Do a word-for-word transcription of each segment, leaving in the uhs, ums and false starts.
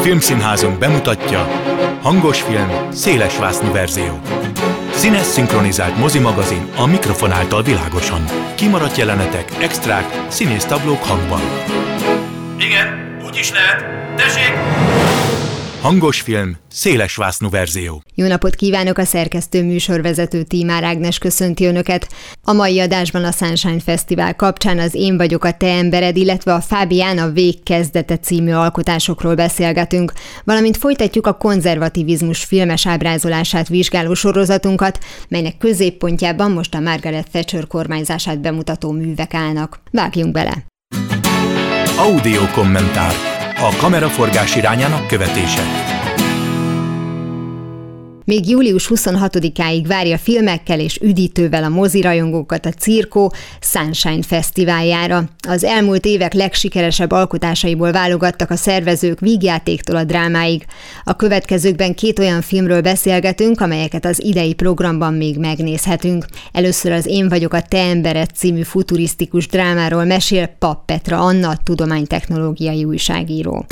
Filmszínházunk bemutatja hangos film, szélesvásznú verzió. Színes szinkronizált mozimagazin a mikrofon által világosan. Kimaradt jelenetek, extrák, színésztablók hangban. Igen, úgy is lehet. Tessék! Hangos film, szélesvásznú verzió. Jó napot kívánok, a szerkesztő műsorvezető Tímár Ágnes köszönti Önöket. A mai adásban a Sunshine Fesztivál kapcsán az Én vagyok a te embered, illetve a Fábián a Vég kezdete című alkotásokról beszélgetünk, valamint folytatjuk a konzervativizmus filmes ábrázolását vizsgáló sorozatunkat, melynek középpontjában most a Margaret Thatcher kormányzását bemutató művek állnak. Vágjunk bele! Audio kommentár. A kameraforgás irányának követése. Még július huszonhatodikáig várja filmekkel és üdítővel a mozirajongókat a Cirkó Sunshine Fesztiváljára. Az elmúlt évek legsikeresebb alkotásaiból válogattak a szervezők vígjátéktól a drámáig. A következőkben két olyan filmről beszélgetünk, amelyeket az idei programban még megnézhetünk. Először az Én vagyok a te embered című futurisztikus drámáról mesél Papp Petra Anna, tudománytechnológiai újságíró.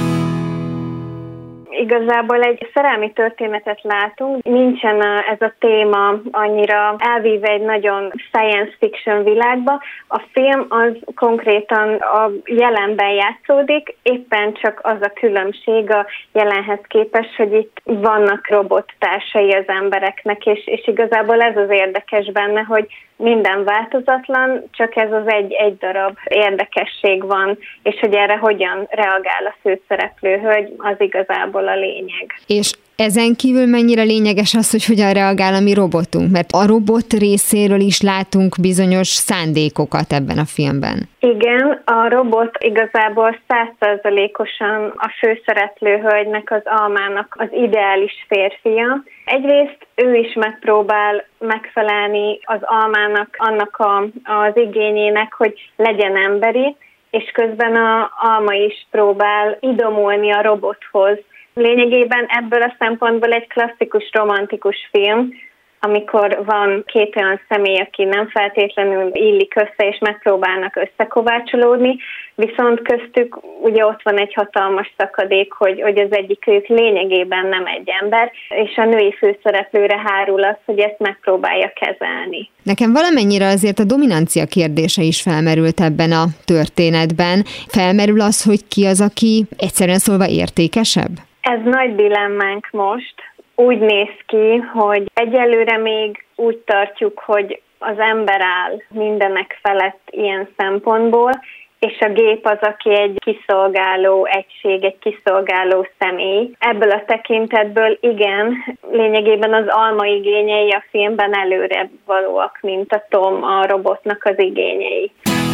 Igazából egy szerelmi történetet látunk, nincsen ez a téma annyira elvíve egy nagyon science fiction világba. A film az konkrétan a jelenben játszódik, éppen csak az a különbség a jelenhez képest, hogy itt vannak robottársai az embereknek, és, és igazából ez az érdekes benne, hogy minden változatlan, csak ez az egy, egy darab érdekesség van, és hogy erre hogyan reagál a főszereplő hölgy, az igazából a lényeg. És ezen kívül mennyire lényeges az, hogy hogyan reagál a mi robotunk? Mert a robot részéről is látunk bizonyos szándékokat ebben a filmben. Igen, a robot igazából száz százalékosan a főszereplő hölgynek, az Almának az ideális férfia. Egyrészt ő is megpróbál megfelelni az Almának, annak a, az igényének, hogy legyen emberi, és közben a Alma is próbál idomulni a robothoz. Lényegében ebből a szempontból egy klasszikus romantikus film, amikor van két olyan személy, aki nem feltétlenül illik össze, és megpróbálnak összekovácsolódni, viszont köztük ugye ott van egy hatalmas szakadék, hogy, hogy az egyikük lényegében nem egy ember, és a női főszereplőre hárul az, hogy ezt megpróbálja kezelni. Nekem valamennyire azért a dominancia kérdése is felmerült ebben a történetben. Felmerül az, hogy ki az, aki egyszerűen szólva értékesebb? Ez nagy dilemmánk most. Úgy néz ki, hogy egyelőre még úgy tartjuk, hogy az ember áll mindenek felett ilyen szempontból, és a gép az, aki egy kiszolgáló egység, egy kiszolgáló személy. Ebből a tekintetből igen, lényegében az Alma igényei a filmben előre valóak, mint a Tom, a robotnak az igényei.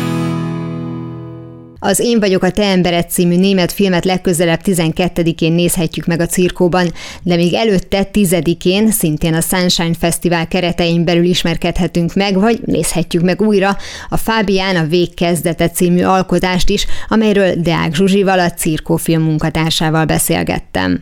Az Én vagyok a te embered című német filmet legközelebb tizenkettedikén nézhetjük meg a Cirkóban, de még előtte tizedikén szintén a Sunshine Fesztivál keretein belül ismerkedhetünk meg, vagy nézhetjük meg újra a Fábián a Vég kezdete című alkotást is, amelyről Deák Zsuzsival, a Cirkó film munkatársával beszélgettem.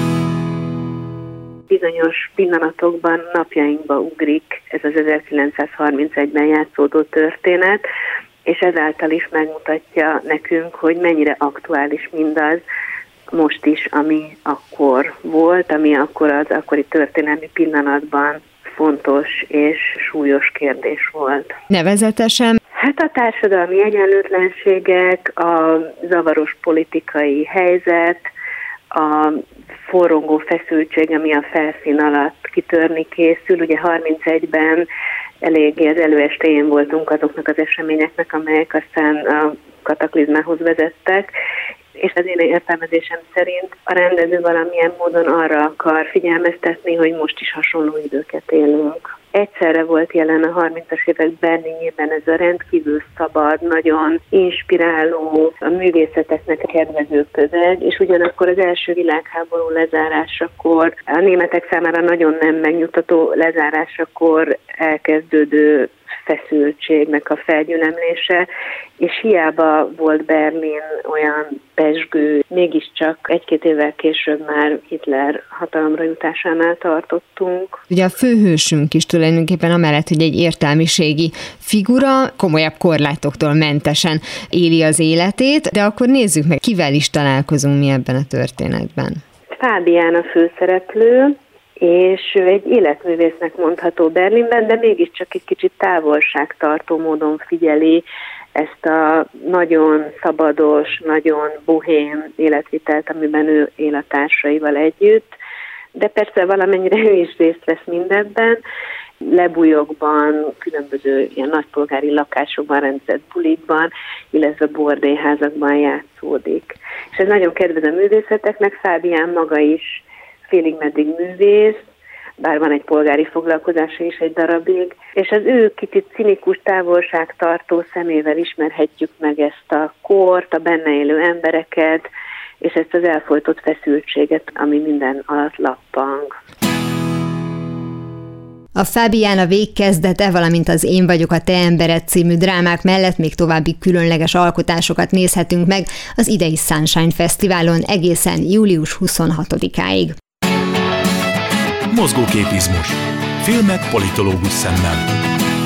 Bizonyos pillanatokban napjainkba ugrik ez az ezerkilencszázharmincegyben játszódó történet, és ezáltal is megmutatja nekünk, hogy mennyire aktuális mindaz most is, ami akkor volt, ami akkor az akkori történelmi pillanatban fontos és súlyos kérdés volt. Nevezetesen? Hát a társadalmi egyenlőtlenségek, a zavaros politikai helyzet, a forrongó feszültség, ami a felszín alatt kitörni készül. Ugye harmincegyben eléggé az előestéjén voltunk azoknak az eseményeknek, amelyek aztán a kataklizmához vezettek, és az én értelmezésem szerint a rendező valamilyen módon arra akar figyelmeztetni, hogy most is hasonló időket élünk. Egyszerre volt jelen a harmincas évek Berlinjében ez a rendkívül szabad, nagyon inspiráló, a művészeteknek kedvező közeg, és ugyanakkor az első világháború lezárásakor, a németek számára nagyon nem megnyugtató lezárásakor elkezdődő feszültségnek a felgyülemlése, és hiába volt Berlin olyan pezsgő, mégiscsak egy-két évvel később már Hitler hatalomra jutásánál tartottunk. Ugye a főhősünk is tulajdonképpen amellett, hogy egy értelmiségi figura, komolyabb korlátoktól mentesen éli az életét, de akkor nézzük meg, kivel is találkozunk mi ebben a történetben. Fábián a főszereplő, és ő egy életművésznek mondható Berlinben, de mégiscsak egy kicsit távolságtartó módon figyeli ezt a nagyon szabados, nagyon bohém életvitelt, amiben ő él a társaival együtt, de persze valamennyire ő is részt vesz mindebben, lebújokban, különböző ilyen nagypolgári lakásokban rendezett bulikban, illetve bordélyházakban játszódik. És ez nagyon kedvez a művészeteknek, Fábián maga is félig-meddig művész, bár van egy polgári foglalkozása is egy darabig, és az ő kicsit cinikus, távolságtartó szemével ismerhetjük meg ezt a kort, a benne élő embereket, és ezt az elfojtott feszültséget, ami minden alatt lappang. A Fábián a végkezdete, valamint az Én vagyok a te embered című drámák mellett még további különleges alkotásokat nézhetünk meg az idei Sunshine Fesztiválon egészen július huszonhatodikáig. Mozgóképizmus. Filmek politológus szemmel.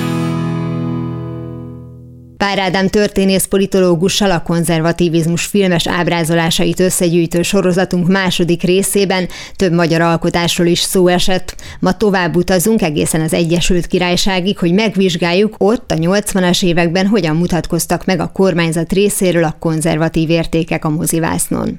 Pár Ádám történész politológussal a konzervativizmus filmes ábrázolásait összegyűjtő sorozatunk második részében több magyar alkotásról is szó esett. Ma tovább utazunk egészen az Egyesült Királyságig, hogy megvizsgáljuk ott a nyolcvanas években hogyan mutatkoztak meg a kormányzat részéről a konzervatív értékek a mozivásznon.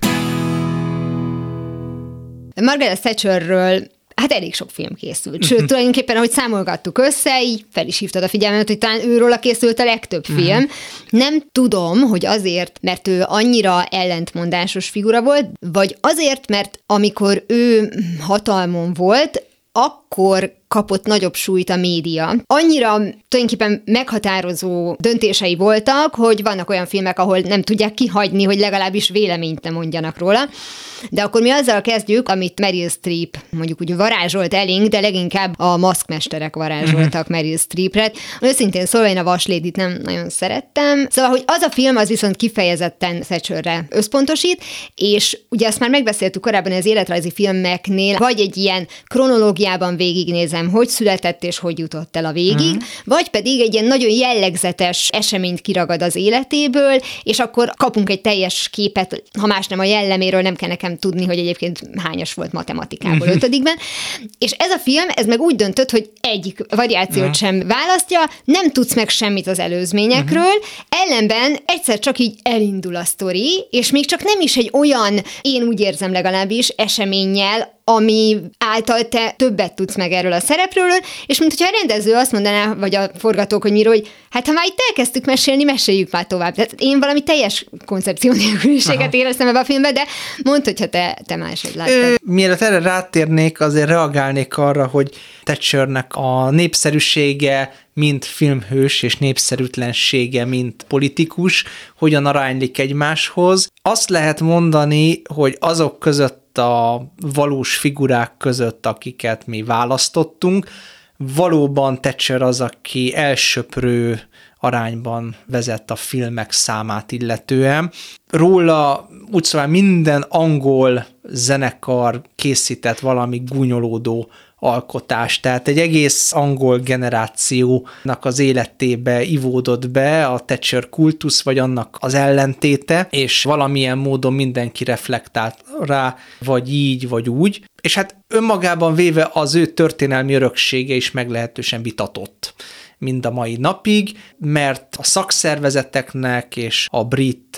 Margaret Thatcherről hát elég sok film készült. Sőt, tulajdonképpen, ahogy számolgattuk össze, így fel is hívtad a figyelmet, hogy talán őróla készült a legtöbb film. Nem tudom, hogy azért, mert ő annyira ellentmondásos figura volt, vagy azért, mert amikor ő hatalmon volt, akkor kapott nagyobb súlyt a média. Annyira tulajdonképpen meghatározó döntései voltak, hogy vannak olyan filmek, ahol nem tudják kihagyni, hogy legalábbis véleményt nem mondjanak róla. De akkor mi azzal kezdjük, amit Meryl Streep mondjuk úgy varázsolt elénk, de leginkább a maszkmesterek varázsoltak Meryl Streepre. Őszintén szólva, én a Vaslédit nem nagyon szerettem. Szóval, hogy az a film az viszont kifejezetten Thatcherre összpontosít, és ugye azt már megbeszéltük korábban az életrajzi filmeknél, vagy egy ilyen kronológiában végignézem, hogy született és hogy jutott el a végig, uh-huh. vagy pedig egy ilyen nagyon jellegzetes eseményt kiragad az életéből, és akkor kapunk egy teljes képet, ha más nem a jelleméről, nem kell nekem tudni, hogy egyébként hányas volt matematikából uh-huh. ötödikben. És ez a film, ez meg úgy döntött, hogy egyik variációt uh-huh. sem választja, nem tudsz meg semmit az előzményekről, uh-huh. ellenben egyszer csak így elindul a sztori, és még csak nem is egy olyan, én úgy érzem legalábbis, eseménnyel, ami által te többet tudsz meg erről a szerepről, és mint hogyha a rendező azt mondaná, vagy a forgatók, hogy miről, hogy hát ha már itt elkezdtük mesélni, meséljük már tovább. Tehát én valami teljes koncepció nélküliséget éreztem ebbe a filmbe, de mondd, hogyha te, te máshogy láttad. Ö, mielőtt erre rátérnék, azért reagálnék arra, hogy Thatchernek a népszerűsége, mint filmhős, és népszerűtlensége, mint politikus, hogyan aránylik egymáshoz. Azt lehet mondani, hogy azok között a valós figurák között, akiket mi választottunk, valóban Thatcher az, aki elsöprő arányban vezet a filmek számát illetően. Róla úgy szóval minden angol zenekar készített valami gúnyolódó alkotás, tehát egy egész angol generációnak az életébe ivódott be a Thatcher kultusz, vagy annak az ellentéte, és valamilyen módon mindenki reflektált rá, vagy így, vagy úgy. És hát önmagában véve az ő történelmi öröksége is meglehetősen vitatott mind a mai napig, mert a szakszervezeteknek és a brit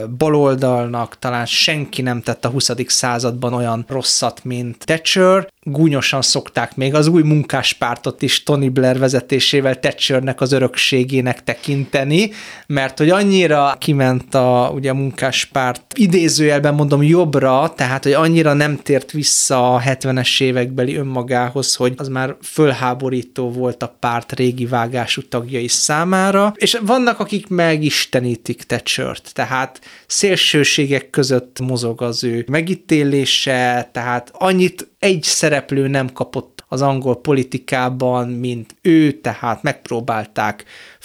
baloldalnak talán senki nem tett a huszadik században olyan rosszat, mint Thatcher. Gúnyosan szokták még az új munkáspártot is Tony Blair vezetésével Thatchernek az örökségének tekinteni, mert hogy annyira kiment a, ugye a munkáspárt idézőjelben mondom jobbra, tehát hogy annyira nem tért vissza a hetvenes évekbeli önmagához, hogy az már fölháborító volt a párt régi vágású tagjai számára, és vannak, akik megistenítik Thatchert, tehát szélsőségek között mozog az ő megítélése, tehát annyit egy szereplő nem kapott az angol politikában, mint ő, tehát megpróbálták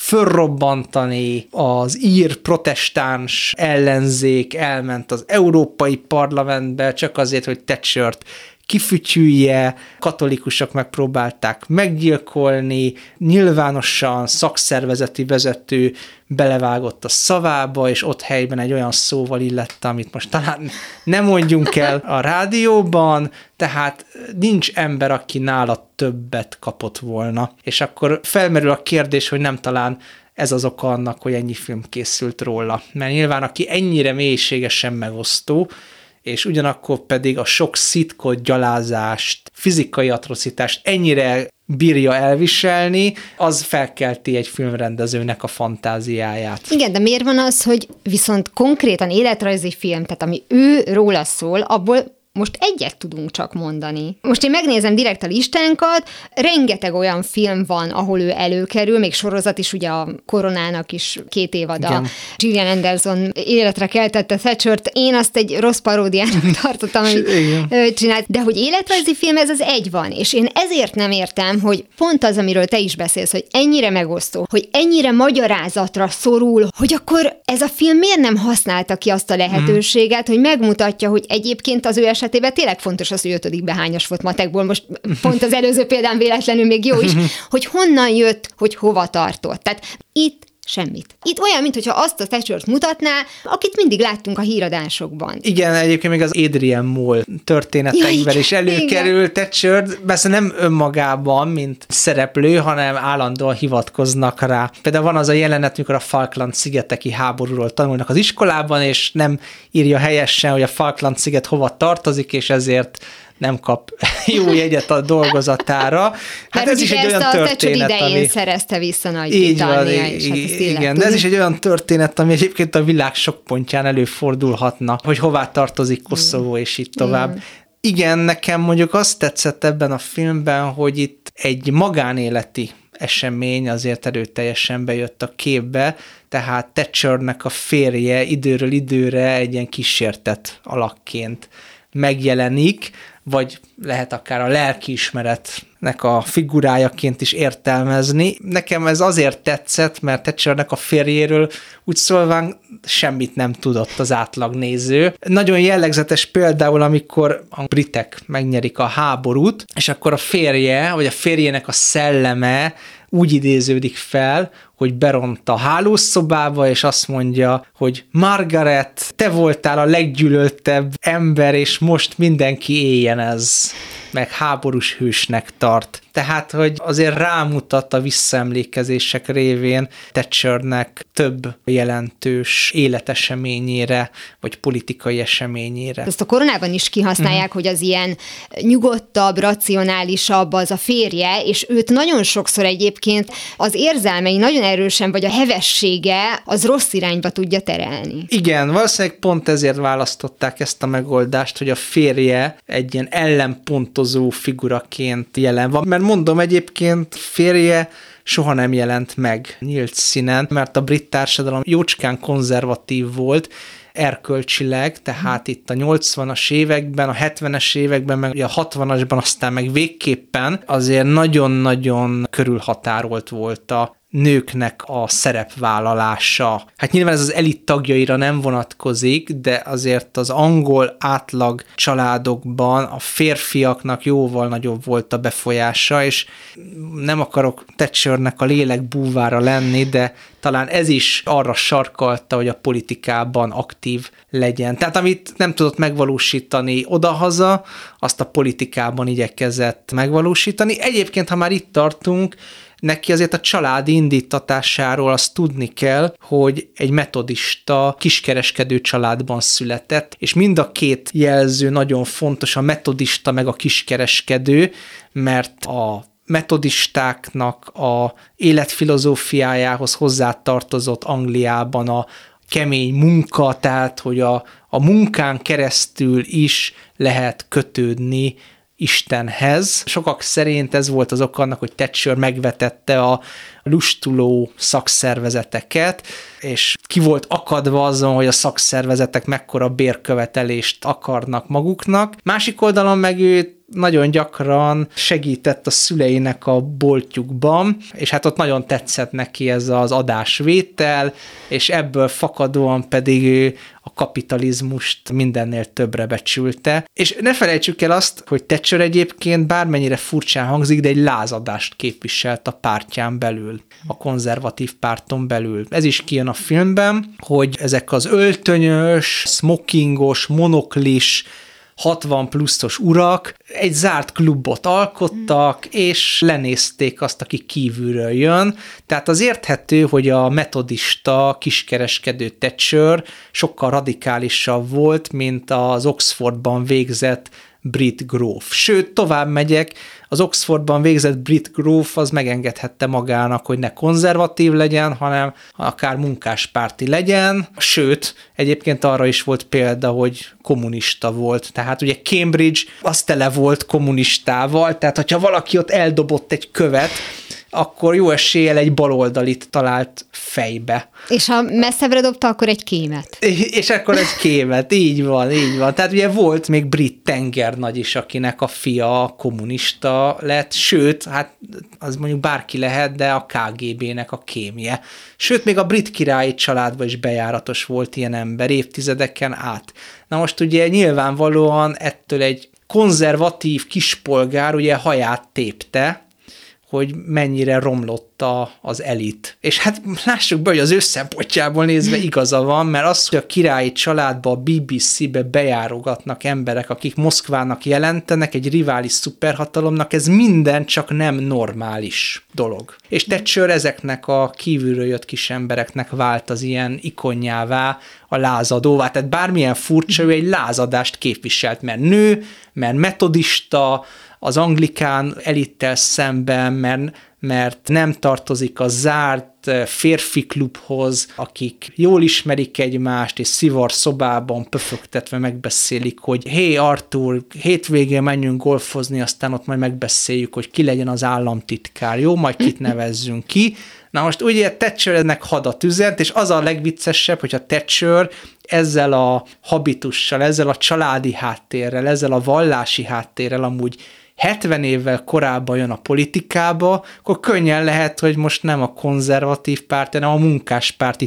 fölrobbantani az ír protestáns ellenzék, elment az Európai Parlamentbe csak azért, hogy Thatchert kifütyülje, katolikusok megpróbálták meggyilkolni, nyilvánosan szakszervezeti vezető belevágott a szavába, és ott helyben egy olyan szóval illette, amit most talán nem mondjunk el a rádióban, tehát nincs ember, aki nála többet kapott volna. És akkor felmerül a kérdés, hogy nem talán ez az oka annak, hogy ennyi film készült róla. Mert nyilván aki ennyire mélységesen megosztó, és ugyanakkor pedig a sok szitkot, gyalázást, fizikai atrocitást ennyire bírja elviselni, az felkelti egy filmrendezőnek a fantáziáját. Igen, de miért van az, hogy viszont konkrétan életrajzi film, tehát ami ő róla szól, abból most egyet tudunk csak mondani. Most én megnézem direkt a listánkat, rengeteg olyan film van, ahol ő előkerül, még sorozat is, ugye a Koronának is két évada. Igen. Gillian Anderson életre keltette Thatchert, én azt egy rossz paródiának tartottam, amit ő csinált, de hogy életrajzi film, ez az egy van, és én ezért nem értem, hogy pont az, amiről te is beszélsz, hogy ennyire megosztó, hogy ennyire magyarázatra szorul, hogy akkor ez a film miért nem használta ki azt a lehetőséget, hmm. hogy megmutatja, hogy egyébként az ő esetében tényleg fontos az, hogy ötödikben hányas volt matekból, most pont az előző példán véletlenül még jó is, hogy honnan jött, hogy hova tartott. Tehát itt semmit. Itt olyan, mintha azt a Thatchert mutatná, akit mindig láttunk a híradásokban. Igen, egyébként még az Adrian Mole történeteiben ja, is előkerül Thatcher, persze nem önmagában, mint szereplő, hanem állandóan hivatkoznak rá. Például van az a jelenet, amikor a Falkland-szigeteki háborúról tanulnak az iskolában, és nem írja helyesen, hogy a Falkland-sziget hova tartozik, és ezért nem kap jó jegyet a dolgozatára. Hát ez is egy olyan történet, idején ami... szerezte vissza Nagy-Britannia, és hát ezt igen, de ez is egy olyan történet, ami egyébként a világ sok pontján előfordulhatna, hogy hová tartozik Koszovó, és így tovább. Igen. Igen, nekem mondjuk azt tetszett ebben a filmben, hogy itt egy magánéleti esemény azért erőteljesen bejött a képbe, tehát Thatchernek a férje időről időre egy ilyen kísértett alakként megjelenik, vagy lehet akár a lelkiismeretnek a figurájaként is értelmezni. Nekem ez azért tetszett, mert Thatchernek a férjéről úgy szólván semmit nem tudott az átlagnéző. Nagyon jellegzetes például, amikor a britek megnyerik a háborút, és akkor a férje, vagy a férjének a szelleme úgy idéződik fel, hogy beront a hálószobába, és azt mondja, hogy Margaret, te voltál a leggyűlöltebb ember, és most mindenki éljen ez, meg háborús hősnek tart. Tehát, hogy azért rámutat a visszaemlékezések révén Thatchernek több jelentős életeseményére, vagy politikai eseményére. Ezt a Koronában is kihasználják, mm. hogy az ilyen nyugodtabb, racionálisabb az a férje, és őt nagyon sokszor egyébként az érzelmei nagyon erősen, vagy a hevessége az rossz irányba tudja terelni. Igen, valószínűleg pont ezért választották ezt a megoldást, hogy a férje egy ilyen ellenpontozó figuraként jelen van, mert mondom, egyébként férje soha nem jelent meg nyílt színen, mert a brit társadalom jócskán konzervatív volt, erkölcsileg, tehát itt a nyolcvanas években, a hetvenes években, meg a hatvanasban, aztán meg végképpen azért nagyon-nagyon körülhatárolt volt a nőknek a szerepvállalása. Hát nyilván ez az elit tagjaira nem vonatkozik, de azért az angol átlag családokban a férfiaknak jóval nagyobb volt a befolyása, és nem akarok Thatchernek a lélek búvára lenni, de talán ez is arra sarkalta, hogy a politikában aktív legyen. Tehát amit nem tudott megvalósítani odahaza, azt a politikában igyekezett megvalósítani. Egyébként, ha már itt tartunk, neki azért a család indítatásáról azt tudni kell, hogy egy metodista, kiskereskedő családban született, és mind a két jelző nagyon fontos, a metodista meg a kiskereskedő, mert a metodistáknak a életfilozófiájához hozzátartozott Angliában a kemény munka, tehát hogy a, a munkán keresztül is lehet kötődni Istenhez. Sokak szerint ez volt az ok annak, hogy Thatcher megvetette a lustuló szakszervezeteket, és ki volt akadva azon, hogy a szakszervezetek mekkora bérkövetelést akarnak maguknak. Másik oldalon meg ő nagyon gyakran segített a szüleinek a boltjukban, és hát ott nagyon tetszett neki ez az adásvétel, és ebből fakadóan pedig ő a kapitalizmust mindennél többre becsülte. És ne felejtsük el azt, hogy Thatcher egyébként bármennyire furcsán hangzik, de egy lázadást képviselt a pártján belül, a konzervatív párton belül. Ez is kijön a filmben, hogy ezek az öltönyös, smokingos, monoklis, hatvan pluszos urak egy zárt klubot alkottak, és lenézték azt, aki kívülről jön. Tehát az érthető, hogy a metodista kiskereskedő Thatcher sokkal radikálisabb volt, mint az Oxfordban végzett brit gróf. Sőt, tovább megyek, az Oxfordban végzett brit gróf az megengedhette magának, hogy ne konzervatív legyen, hanem akár munkáspárti legyen. Sőt, egyébként arra is volt példa, hogy kommunista volt. Tehát ugye Cambridge az tele volt kommunistával, tehát hogyha valaki ott eldobott egy követ, akkor jó eséllyel egy baloldalit talált fejbe. És ha messzebbre dobta, akkor egy kémet. És akkor egy kémet, így van, így van. Tehát ugye volt még brit tengernagy is, akinek a fia kommunista lett, sőt, hát az mondjuk bárki lehet, de a ká gé bének a kémje. Sőt, még a brit királyi családban is bejáratos volt ilyen ember évtizedeken át. Na most ugye nyilvánvalóan ettől egy konzervatív kispolgár ugye haját tépte, hogy mennyire romlott a, az elit. És hát lássuk be, hogy az ő szempontjából nézve igaza van, mert az, hogy a királyi családba, a bé bé cé-be bejárogatnak emberek, akik Moszkvának jelentenek, egy rivális szuperhatalomnak, ez minden csak nem normális dolog. És Thatcher ezeknek a kívülről jött kis embereknek vált az ilyen ikonjává, a lázadóvá. Tehát bármilyen furcsa, ő egy lázadást képviselt, mert nő, mert metodista, az anglikán elittel szemben, mert, mert nem tartozik a zárt férfi klubhoz, akik jól ismerik egymást, és szivar szobában pöfögtetve megbeszélik, hogy hé, hey, Arthur, hétvégén menjünk golfozni, aztán ott majd megbeszéljük, hogy ki legyen az államtitkár, jó, majd kit nevezzünk ki. Na most ugye Thatcher ennek hadat üzent, és az a legviccesebb, hogyha Thatcher ezzel a habitussal, ezzel a családi háttérrel, ezzel a vallási háttérrel amúgy hetven évvel korábban jön a politikába, akkor könnyen lehet, hogy most nem a konzervatív párt, hanem a munkáspárti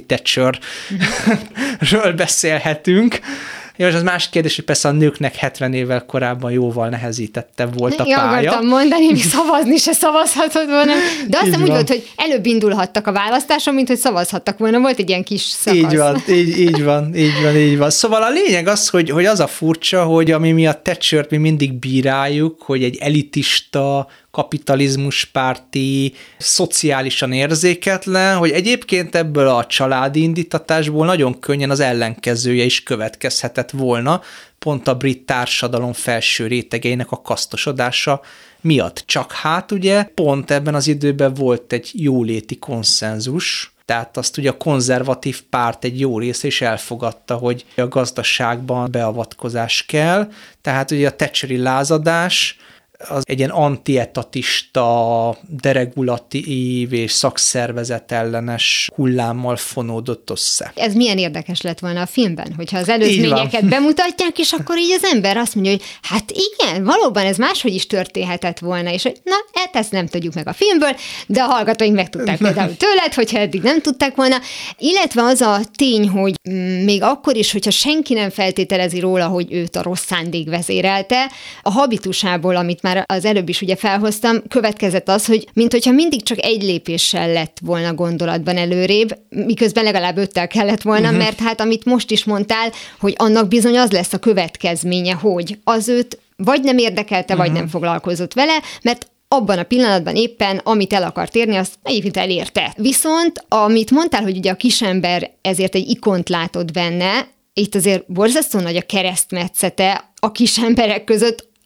Thatcherről beszélhetünk. Jó, és az más kérdés, hogy persze a nőknek hetven évvel korábban jóval nehezítettebb volt a pálya. Akartam mondani, még szavazni se szavazhatod volna, de azt hiszem úgy volt, hogy előbb indulhattak a választáson, mint hogy szavazhattak volna. Volt egy ilyen kis szakasz. Így van, így, így van, így van, így van. Szóval a lényeg az, hogy, hogy az a furcsa, hogy ami miatt Thatchert mi mindig bíráljuk, hogy egy elitista, kapitalizmuspárti, szociálisan érzéketlen, hogy egyébként ebből a családi indítatásból nagyon könnyen az ellenkezője is következhetett volna, pont a brit társadalom felső rétegeinek a kasztosodása miatt. Csak hát ugye pont ebben az időben volt egy jóléti konszenzus, tehát azt ugye a konzervatív párt egy jó része is elfogadta, hogy a gazdaságban beavatkozás kell, tehát ugye a thatcheri lázadás az egy ilyen antietatista, deregulatív és szakszervezet ellenes hullámmal fonódott össze. Ez milyen érdekes lett volna a filmben, hogyha az előzményeket bemutatják, és akkor így az ember azt mondja, hogy hát igen, valóban ez máshogy is történhetett volna, és hogy na, hát ezt nem tudjuk meg a filmből, de a hallgatóink megtudták például tőled, hogyha eddig nem tudták volna, illetve az a tény, hogy még akkor is, hogyha senki nem feltételezi róla, hogy őt a rossz szándék vezérelte, a habitusából, amit már az előbb is ugye felhoztam, következett az, hogy minthogyha mindig csak egy lépéssel lett volna gondolatban előrébb, miközben legalább öttel kellett volna, uh-huh. mert hát amit most is mondtál, hogy annak bizony az lesz a következménye, hogy az őt vagy nem érdekelte, uh-huh. vagy nem foglalkozott vele, mert abban a pillanatban éppen, amit el akart érni, azt egyébként elérte. Viszont, amit mondtál, hogy ugye a kisember ezért egy ikont látott benne, itt azért borzasztó nagy a keresztmetszete a kis emberek között,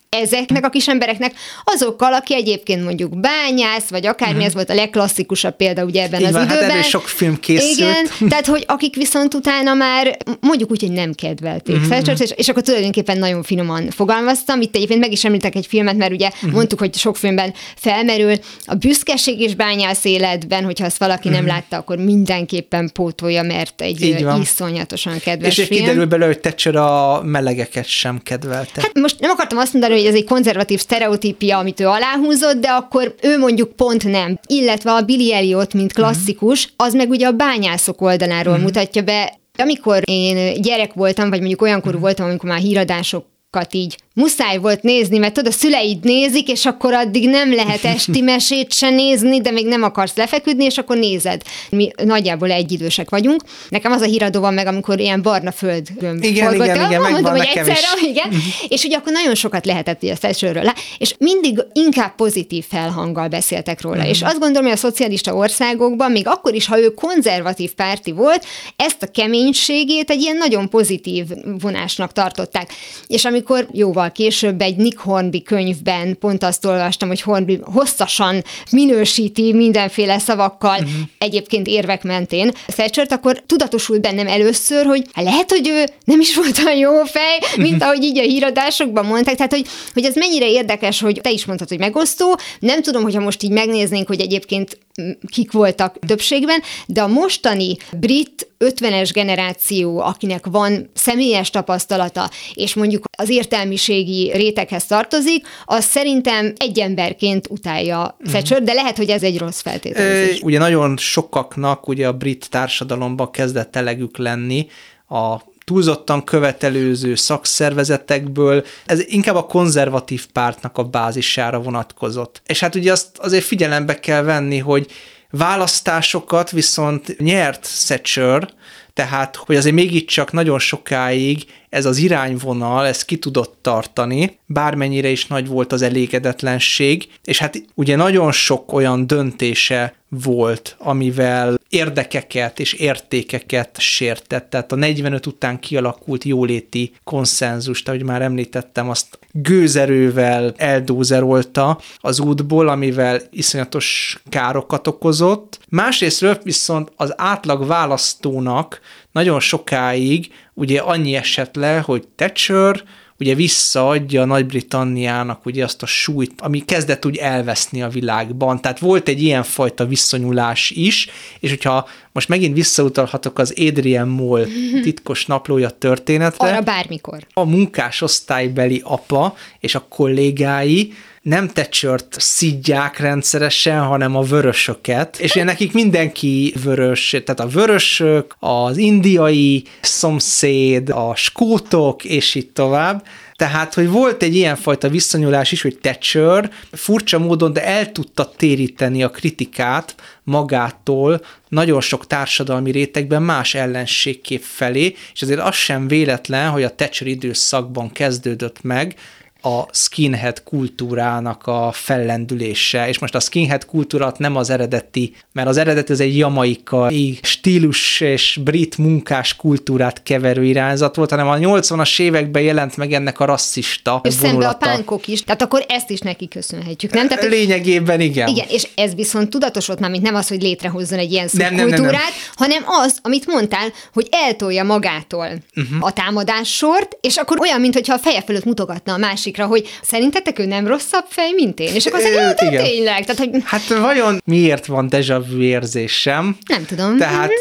ezeknek a kis embereknek azokkal, aki egyébként mondjuk bányász, vagy akármi, uh-huh. ez volt a legklasszikusabb példa ugye ebben így az van, időben. Hát erről sok film készült. Igen, tehát hogy akik viszont utána már mondjuk úgy, hogy nem kedvelték uh-huh. Thatchert, és, és akkor tulajdonképpen nagyon finoman fogalmaztam. Itt egyébként meg is említek egy filmet, mert ugye uh-huh. mondtuk, hogy sok filmben felmerül a büszkeség és bányász életben, hogyha azt valaki uh-huh. nem látta, akkor mindenképpen pótolja, mert egy iszonyatosan kedves és film. És kiderül belőle, hogy Thatcher a melegeket sem kedvelte. Hát most nem akartam azt mondani, hogy ez egy konzervatív sztereotípia, amit ő aláhúzott, de akkor ő mondjuk pont nem. Illetve a Billy Elliot, mint klasszikus, uh-huh. az meg ugye a bányászok oldaláról uh-huh. mutatja be. Amikor én gyerek voltam, vagy mondjuk olyankorú uh-huh. voltam, amikor már híradásokat így muszáj volt nézni, mert tudod, a szüleid nézik, és akkor addig nem lehet esti mesét se nézni, de még nem akarsz lefeküdni, és akkor nézed. Mi nagyjából egyidősek vagyunk. Nekem az a híradó van meg, amikor ilyen barna földgömb igen, forgottam. igen, igen, mondom, hogy egyszerre, igen. És ugye akkor nagyon sokat lehetett ugye Thatcherről, és mindig inkább pozitív felhanggal beszéltek róla. Mm. És azt gondolom, hogy a szocialista országokban, még akkor is, ha ő konzervatív párti volt, ezt a keménységét egy ilyen nagyon pozitív vonásnak tartották. És amikor jóval később egy Nick Hornby könyvben pont azt olvastam, hogy Hornby hosszasan minősíti mindenféle szavakkal, uh-huh. egyébként érvek mentén Thatchert, akkor tudatosult bennem először, hogy lehet, hogy ő nem is volt olyan jó fej, mint ahogy így a híradásokban mondták, tehát hogy, hogy ez mennyire érdekes, hogy te is mondtad, hogy megosztó, nem tudom, hogyha most így megnéznénk, hogy egyébként kik voltak többségben, de a mostani brit ötvenes generáció, akinek van személyes tapasztalata, és mondjuk az értelmiségi réteghez tartozik, az szerintem egy emberként utálja Thatcher, de lehet, hogy ez egy rossz feltételezés. Ugye nagyon sokaknak ugye a brit társadalomban kezdett elegük lenni a túlzottan követelőző szakszervezetekből, ez inkább a konzervatív pártnak a bázisára vonatkozott. És hát ugye azt azért figyelembe kell venni, hogy választásokat viszont nyert Thatcher, tehát hogy azért mégiscsak nagyon sokáig ez az irányvonal, ez ki tudott tartani, bármennyire is nagy volt az elégedetlenség, és hát ugye nagyon sok olyan döntése volt, amivel érdekeket és értékeket sértett. Tehát a negyvenöt után kialakult jóléti konszenzust, ahogy már említettem, azt gőzerővel eldózerolta az útból, amivel iszonyatos károkat okozott. Másrésztről viszont az átlag választónak nagyon sokáig ugye annyi esett le, hogy Thatcher ugye visszaadja Nagy-Britanniának ugye azt a súlyt, ami kezdett úgy elveszni a világban. Tehát volt egy ilyenfajta viszonyulás is, és hogyha most megint visszautalhatok az Adrian Mole titkos naplója történetre. Arra bármikor. A munkásosztálybeli apa és a kollégái nem Thatchert szidják rendszeresen, hanem a vörösöket, és ugye nekik mindenki vörös, tehát a vörösök, az indiai szomszéd, a skótok, és így tovább. Tehát, hogy volt egy ilyenfajta viszonyulás is, hogy Thatcher furcsa módon, de el tudta téríteni a kritikát magától nagyon sok társadalmi rétegben más ellenségkép felé, és azért az sem véletlen, hogy a Thatcher időszakban kezdődött meg a skinhead kultúrának a fellendülése, és most a skinhead kultúrát nem az eredeti, mert az eredeti az egy jamaikai stílus és brit munkás kultúrát keverő irányzat volt, hanem a nyolcvanas években jelent meg ennek a rasszista és vonulata. És szembe a pánkok is, tehát akkor ezt is neki köszönhetjük, nem? Tehát, lényegében igen. Igen, és ez viszont tudatosult már, mint nem az, hogy létrehozzon egy ilyen szubkultúrát, nem, nem, nem, nem. hanem az, amit mondtál, hogy eltolja magától uh-huh. a támadássort, és akkor olyan, mintha a feje fölött mutogatna a másik, hogy szerintetek ő nem rosszabb fej, mint én? És akkor szerintem, de tényleg. Tehát, hogy... Hát vajon miért van déjà vu érzésem? Nem tudom. Tehát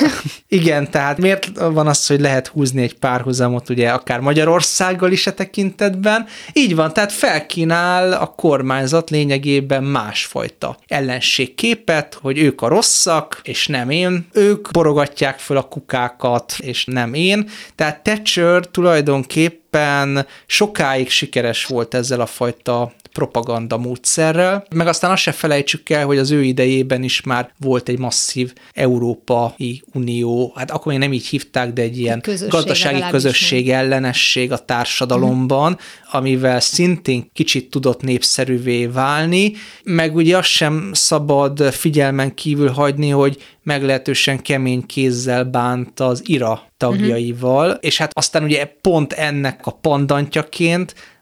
igen, tehát miért van az, hogy lehet húzni egy párhuzamot, ugye akár Magyarországgal is a tekintetben? Így van, tehát felkínál a kormányzat lényegében másfajta ellenségképet, hogy ők a rosszak, és nem én. Ők borogatják föl a kukákat, és nem én. Tehát Thatcher tulajdonképp sokáig sikeres volt ezzel a fajta propaganda módszerrel, meg aztán azt se felejtsük el, hogy az ő idejében is már volt egy masszív Európai Unió, hát akkor még nem így hívták, de egy ilyen közösség, gazdasági közösség nem. ellenesség a társadalomban, uh-huh. amivel szintén kicsit tudott népszerűvé válni, meg ugye azt sem szabad figyelmen kívül hagyni, hogy meglehetősen kemény kézzel bánt az I R A tagjaival, uh-huh. és hát aztán ugye pont ennek a pandantjaként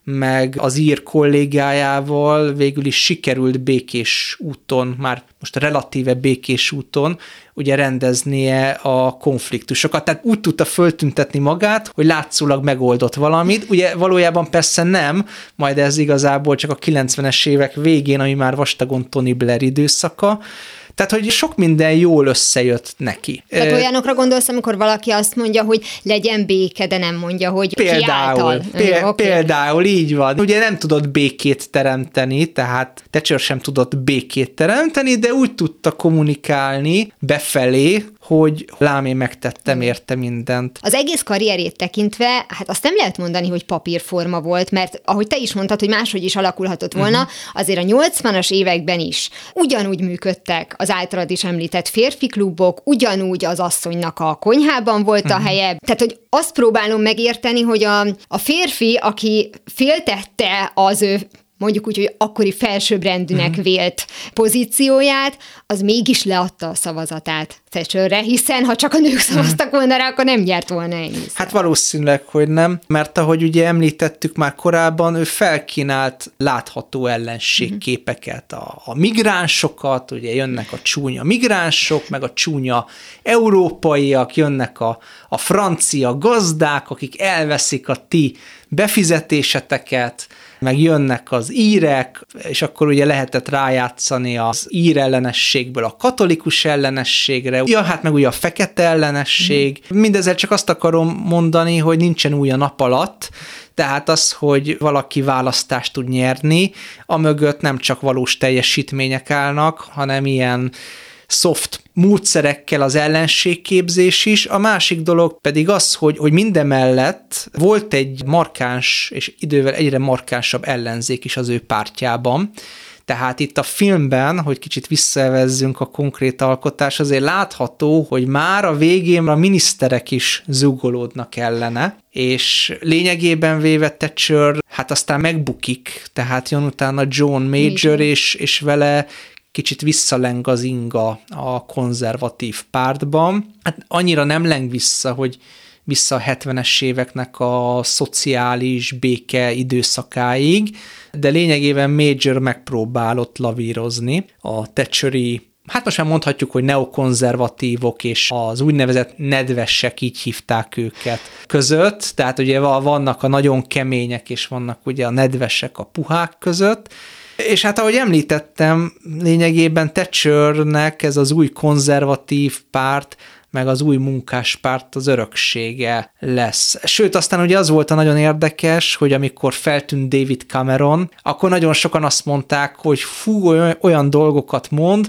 meg az ír kollégájával végül is sikerült békés úton, már most relatíve békés úton, ugye rendeznie a konfliktusokat. Tehát úgy tudta föltüntetni magát, hogy látszólag megoldott valamit. Ugye valójában persze nem, majd ez igazából csak a kilencvenes évek végén, ami már vastagon Tony Blair időszaka. Tehát, hogy sok minden jól összejött neki. Tehát olyanokra gondolsz, amikor valaki azt mondja, hogy legyen béke, de nem mondja, hogy például, Péld, okay. Például így van. Ugye nem tudott békét teremteni, tehát Thatcher sem tudott békét teremteni, de úgy tudta kommunikálni befelé, hogy lám, én megtettem érte mindent. Az egész karrierét tekintve, hát azt nem lehet mondani, hogy papírforma volt, mert ahogy te is mondtad, hogy máshogy is alakulhatott volna, uh-huh. azért a nyolcvanas években is ugyanúgy működtek az általad is említett férfi klubok, ugyanúgy az asszonynak a konyhában volt uh-huh. a helye. Tehát, hogy azt próbálom megérteni, hogy a, a férfi, aki féltette az ő mondjuk úgy, hogy akkori felsőbbrendűnek mm. vélt pozícióját, az mégis leadta a szavazatát Thatcherre, hiszen ha csak a nők szavaztak volna rá, akkor nem nyert volna ennyi. Hát valószínűleg, hogy nem, mert ahogy ugye említettük már korábban, ő felkínált látható ellenségképeket, a, a migránsokat, ugye jönnek a csúnya migránsok, meg a csúnya európaiak, jönnek a, a francia gazdák, akik elveszik a ti befizetéseteket, meg jönnek az írek, és akkor ugye lehetett rájátszani az ír ellenességből a katolikus ellenességre, ja, hát meg ugye a fekete ellenesség. Mm. Mindezzel csak azt akarom mondani, hogy nincsen új a nap alatt, tehát az, hogy valaki választást tud nyerni, amögött nem csak valós teljesítmények állnak, hanem ilyen soft módszerekkel az ellenségképzés is. A másik dolog pedig az, hogy, hogy mindemellett volt egy markáns és idővel egyre markánsabb ellenzék is az ő pártjában. Tehát itt a filmben, hogy kicsit visszavezzünk a konkrét alkotás, azért látható, hogy már a végén a miniszterek is zúgolódnak ellene, és lényegében véve Thatcher hát aztán megbukik, tehát jön utána John Major, és, és vele kicsit visszaleng az inga a konzervatív pártban. Hát annyira nem leng vissza, hogy vissza a hetvenes éveknek a szociális béke időszakáig, de lényegében Major megpróbál ott lavírozni. A Thatcheri, hát most már mondhatjuk, hogy neokonzervatívok és az úgynevezett nedvesek, így hívták őket között, tehát ugye vannak a nagyon kemények, és vannak ugye a nedvesek a puhák között. És hát ahogy említettem, lényegében Thatchernek ez az új konzervatív párt, meg az új munkáspárt az öröksége lesz. Sőt, aztán ugye az volt a nagyon érdekes, hogy amikor feltűnt David Cameron, akkor nagyon sokan azt mondták, hogy fú, olyan, olyan dolgokat mond,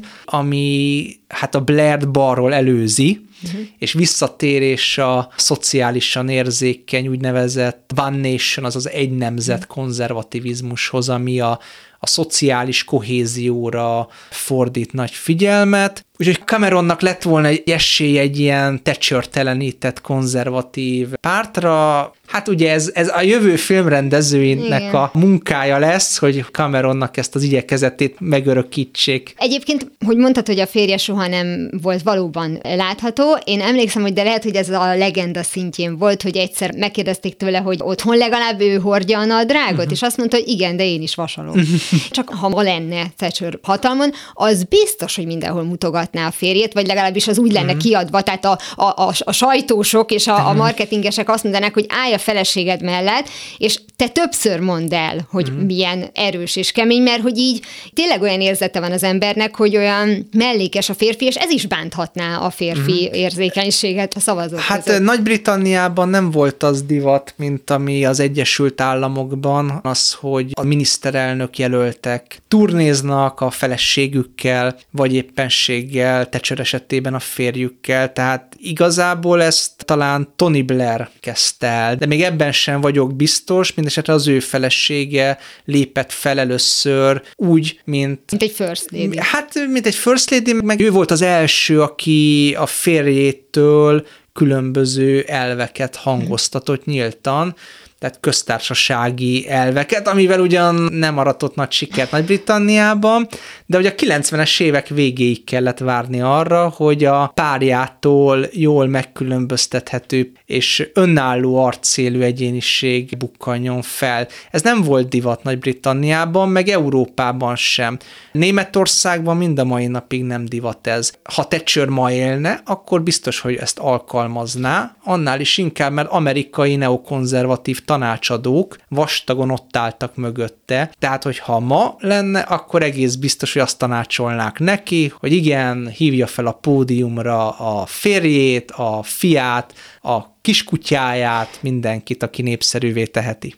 ami hát a Blair-t balról előzi, uh-huh. és visszatérés a szociálisan érzékeny, úgynevezett One Nation, azaz egy nemzet konzervativizmushoz, ami a a szociális kohézióra fordít nagy figyelmet. Úgyhogy Cameronnak lett volna egy esélye egy ilyen Thatcher-telenített konzervatív pártra. Hát ugye ez, ez a jövő filmrendezőinek Igen. a munkája lesz, hogy Cameronnak ezt az igyekezetét megörökítsék. Egyébként, hogy mondtad, hogy a férje soha nem volt valóban látható, én emlékszem, hogy de lehet, hogy ez a legenda szintjén volt, hogy egyszer megkérdezték tőle, hogy otthon legalább ő hordja a nadrágot, uh-huh. és azt mondta, hogy igen, de én is vasalom. Uh-huh. Csak ha ma lenne Thatcher hatalmon, az biztos, hogy mindenhol mutogatná a férjét, vagy legalábbis az úgy lenne uh-huh. kiadva, tehát a, a, a, a sajtósok és a, uh-huh. a marketingesek azt mondanák, hogy állj a feleséged mellett, és te többször mondd el, hogy uh-huh. milyen erős és kemény, mert hogy így tényleg olyan érzete van az embernek, hogy olyan mellékes a férfi, és ez is bánthatná a férfi uh-huh. érzékenységet a szavazók Hát között. Nagy-Britanniában nem volt az divat, mint ami az Egyesült Államokban, az, hogy a miniszterelnök jelöltek turnéznak a feleségükkel, vagy éppenséggel, Thatcher esetében a férjükkel, tehát igazából ezt talán Tony Blair kezdte el, de még ebben sem vagyok biztos, mindesetre az ő felesége lépett fel először úgy, mint... Mint egy first lady. Hát, mint egy first lady, meg ő volt az első, aki a férjétől különböző elveket hangoztatott nyíltan, tehát köztársasági elveket, amivel ugyan nem aratott nagy sikert Nagy-Britanniában, de ugye a kilencvenes évek végéig kellett várni arra, hogy a párjától jól megkülönböztethető és önálló arcélű egyéniség bukkanjon fel. Ez nem volt divat Nagy-Britanniában, meg Európában sem. Németországban mind a mai napig nem divat ez. Ha Thatcher ma élne, akkor biztos, hogy ezt alkalmazná, annál is inkább, mert amerikai neokonzervatív tanácsadók vastagon ott álltak mögötte. Tehát, hogyha ma lenne, akkor egész biztos, hogy azt tanácsolnák neki, hogy igen, hívja fel a pódiumra a férjét, a fiát, a kiskutyáját, mindenkit, aki népszerűvé teheti.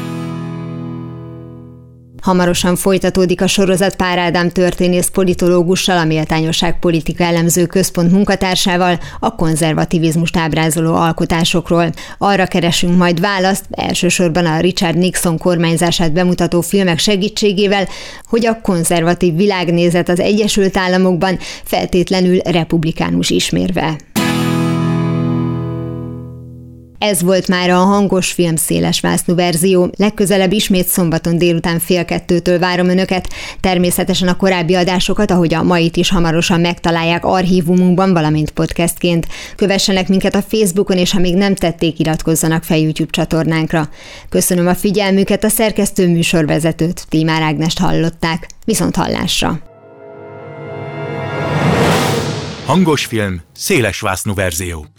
Hamarosan folytatódik a sorozat Pár Ádám történész politológussal, a Méltányosság Politika Elemző Központ munkatársával a konzervativizmust ábrázoló alkotásokról. Arra keresünk majd választ, elsősorban a Richard Nixon kormányzását bemutató filmek segítségével, hogy a konzervatív világnézet az Egyesült Államokban feltétlenül republikánus ismérve. Ez volt már a Hangos Film szélesvásznú verzió. Legközelebb ismét szombaton délután fél kettőtől várom Önöket. Természetesen a korábbi adásokat, ahogy a mait is hamarosan megtalálják archívumunkban, valamint podcastként. Kövessenek minket a Facebookon, és ha még nem tették, iratkozzanak fel YouTube csatornánkra. Köszönöm a figyelmüket, a szerkesztő műsorvezetőt, Tímár Ágnest hallották. Viszont hallásra! Hangos Film szélesvásznú verzió.